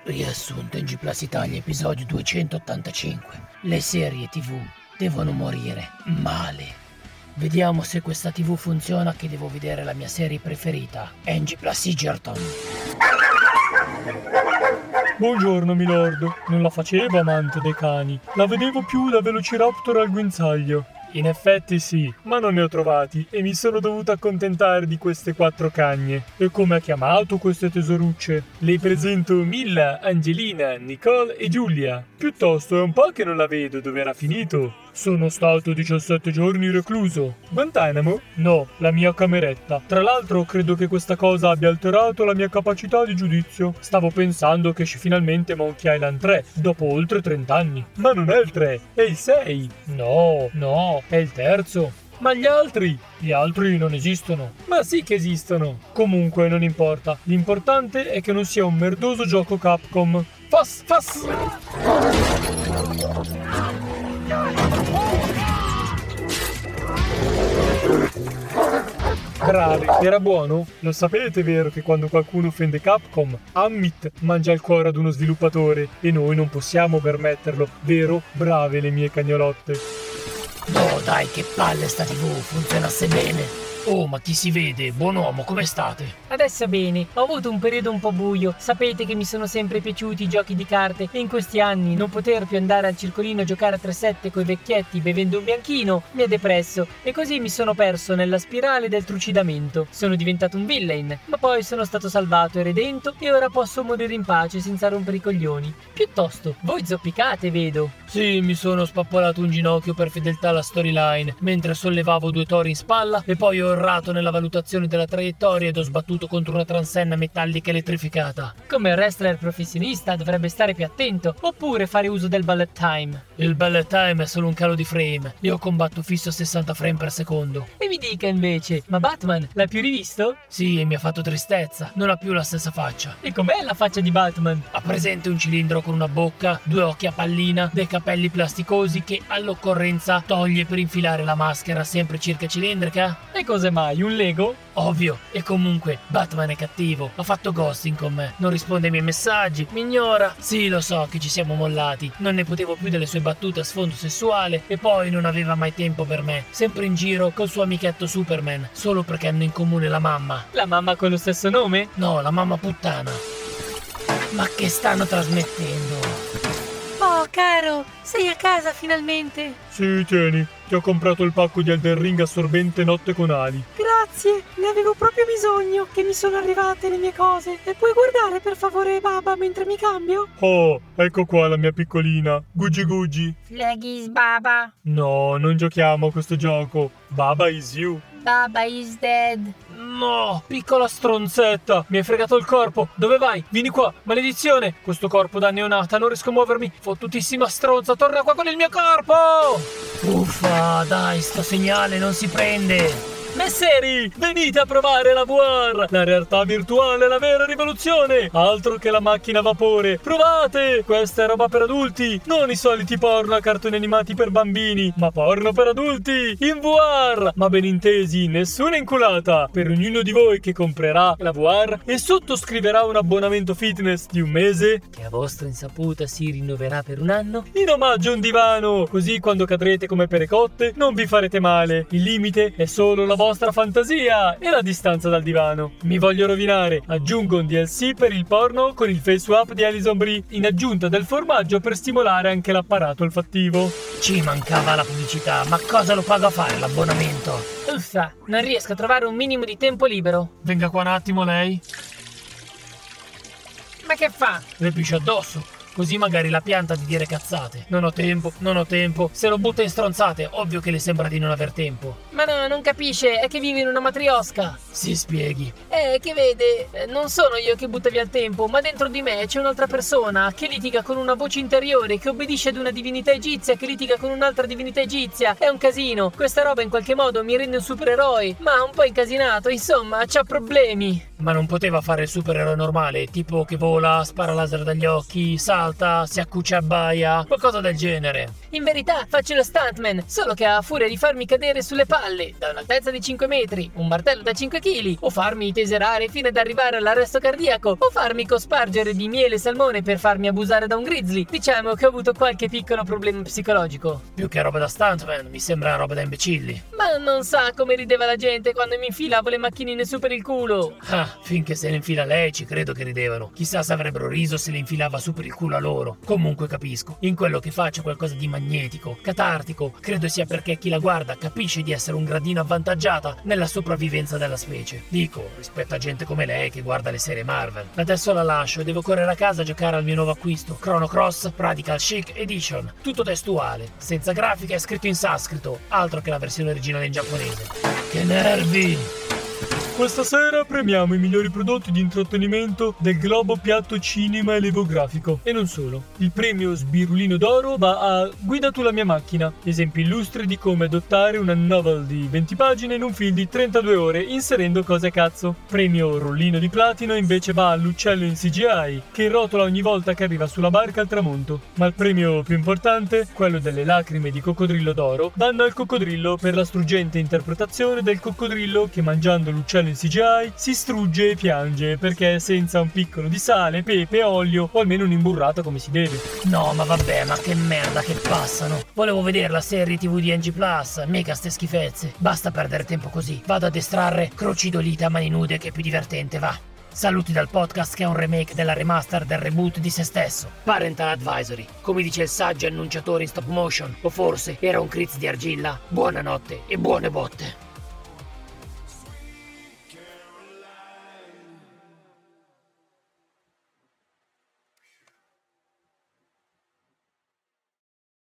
Riassunto in G Plus Italia, episodio 285. Le serie TV devono morire male. Vediamo se questa TV funziona, che devo vedere la mia serie preferita, NG Plus Egerton. Buongiorno milord, non la facevo amante dei cani, la vedevo più da Velociraptor al guinzaglio. In effetti sì, ma non ne ho trovati e mi sono dovuto accontentare di queste 4 cagne. E come ha chiamato queste tesorucce? Le presento Milla, Angelina, Nicole e Giulia. Piuttosto è un po' che non la vedo, dove era finito? Sono stato 17 giorni recluso. Guantanamo? No, la mia cameretta. Tra l'altro credo che questa cosa abbia alterato la mia capacità di giudizio. Stavo pensando che esce finalmente Monkey Island 3, dopo oltre 30 anni. Ma non è il 3, è il 6. No, è il terzo. Ma gli altri? Gli altri non esistono. Ma sì che esistono. Comunque non importa. L'importante è che non sia un merdoso gioco Capcom. Fas! Bravi, era buono? Lo sapete, vero, che quando qualcuno offende Capcom, Amit mangia il cuore ad uno sviluppatore e noi non possiamo permetterlo, vero? Brave le mie cagnolotte. No dai, che palle sta TV, funzionasse bene. Oh, ma chi si vede? Buon uomo, come state? Adesso bene, ho avuto un periodo un po' buio. Sapete che mi sono sempre piaciuti i giochi di carte e in questi anni non poter più andare al circolino a giocare a 3-7 coi vecchietti bevendo un bianchino mi ha depresso e così mi sono perso nella spirale del trucidamento. Sono diventato un villain, ma poi sono stato salvato e redento e ora posso morire in pace senza rompere i coglioni. Piuttosto, voi zoppicate, vedo. Sì, mi sono spappolato un ginocchio per fedeltà alla storyline, mentre sollevavo 2 tori in spalla e poi ho errato nella valutazione della traiettoria ed ho sbattuto contro una transenna metallica elettrificata. Come un wrestler professionista dovrebbe stare più attento, oppure fare uso del bullet time. Il bullet time è solo un calo di frame, io combatto fisso a 60 frame per secondo. E mi dica invece, ma Batman l'ha più rivisto? Sì, e mi ha fatto tristezza, non ha più la stessa faccia. E com'è la faccia di Batman? Ha presente un cilindro con una bocca, 2 occhi a pallina, dei capelli plasticosi che all'occorrenza toglie per infilare la maschera sempre circa cilindrica? E cosa mai, un Lego? Ovvio, e comunque Batman è cattivo, ha fatto ghosting con me, non risponde ai miei messaggi, mi ignora. Sì, lo so che ci siamo mollati, non ne potevo più delle sue battute a sfondo sessuale e poi non aveva mai tempo per me, sempre in giro col suo amichetto Superman, solo perché hanno in comune la mamma. La mamma con lo stesso nome? No, la mamma puttana. Ma che stanno trasmettendo? Oh, caro, sei a casa finalmente? Sì, tieni, ti ho comprato il pacco di Elden Ring assorbente notte con ali. Grazie, ne avevo proprio bisogno, che mi sono arrivate le mie cose. E puoi guardare per favore Baba mentre mi cambio? Oh, ecco qua la mia piccolina. Gugi. Flag Baba. No, non giochiamo a questo gioco. Baba is you. Baba is dead. No, piccola stronzetta, mi hai fregato il corpo. Dove vai? Vieni qua, maledizione. Questo corpo da neonata, non riesco a muovermi. Fottutissima stronza, torna qua con il mio corpo. Uffa, dai, sto segnale non si prende. Messeri, venite a provare la VR! La realtà virtuale è la vera rivoluzione! Altro che la macchina a vapore! Provate! Questa è roba per adulti! Non i soliti porno a cartoni animati per bambini, ma porno per adulti! In VR! Ma ben intesi, nessuna inculata! Per ognuno di voi che comprerà la VR e sottoscriverà un abbonamento fitness di 1 mese, Che a vostra insaputa si rinnoverà per 1 anno? in omaggio a un divano! Così quando cadrete come perecotte non vi farete male! Il limite è solo la vostra fantasia e la distanza dal divano. Mi voglio rovinare, aggiungo un DLC per il porno con il face swap di Alison Brie in aggiunta del formaggio per stimolare anche l'apparato olfattivo. Ci mancava la pubblicità, ma cosa lo pago a fare l'abbonamento? Uffa, non riesco a trovare un minimo di tempo libero. Venga qua un attimo lei. Ma che fa? Le piscio addosso. Così magari la pianta di dire cazzate. Non ho tempo. Se lo butta in stronzate, ovvio che le sembra di non aver tempo. Ma no, non capisce, è che vive in una matriosca. Si spieghi. Che vede, non sono io che butta via il tempo, ma dentro di me c'è un'altra persona che litiga con una voce interiore, che obbedisce ad una divinità egizia, che litiga con un'altra divinità egizia. È un casino. Questa roba in qualche modo mi rende un supereroe, ma un po' incasinato, insomma, c'ha problemi. Ma non poteva fare il supereroe normale, tipo che vola, spara laser dagli occhi, sa, salta, si accuccia e abbaia, qualcosa del genere. In verità faccio lo stuntman, solo che a furia di farmi cadere sulle palle da un'altezza di 5 metri, un martello da 5 kg, o farmi teserare fino ad arrivare all'arresto cardiaco, o farmi cospargere di miele e salmone per farmi abusare da un grizzly, diciamo che ho avuto qualche piccolo problema psicologico. Più che roba da stuntman, mi sembra roba da imbecilli. Ma non sa come rideva la gente quando mi infilavo le macchinine su per il culo. Ah, finché se le infila lei ci credo che ridevano. Chissà se avrebbero riso se le infilava su per il culo a loro. Comunque capisco, in quello che fa c'è qualcosa di magnetico, catartico. Credo sia perché chi la guarda capisce di essere un gradino avvantaggiata nella sopravvivenza della specie. Dico, rispetto a gente come lei che guarda le serie Marvel. Adesso la lascio e devo correre a casa a giocare al mio nuovo acquisto, Chrono Cross Radical Chic Edition. Tutto testuale, senza grafica e scritto in sanscrito, altro che la versione originale in giapponese. Che nervi! Questa sera premiamo i migliori prodotti di intrattenimento del Globo Piatto Cinema e Levografico. E non solo. Il premio Sbirulino d'Oro va a Guida tu la mia macchina. Esempi illustri di come adottare una novel di 20 pagine in un film di 32 ore inserendo cose a cazzo. Premio Rollino di Platino invece va all'uccello in CGI, che rotola ogni volta che arriva sulla barca al tramonto. Ma il premio più importante, quello delle lacrime di coccodrillo d'oro, vanno al coccodrillo per la struggente interpretazione del coccodrillo che mangiando l'uccello in CGI si strugge e piange perché è senza un piccolo di sale, pepe, olio o almeno un'imburrata come si deve. No, ma vabbè, ma che merda che passano. Volevo vedere la serie TV di NG Plus, mica ste schifezze. Basta perdere tempo così. Vado ad estrarre crocidolite a mani nude che è più divertente, va. Saluti dal podcast che è un remake della remaster del reboot di se stesso. Parental Advisory, come dice il saggio annunciatore in stop motion, o forse era un Critz di argilla. Buonanotte e buone botte.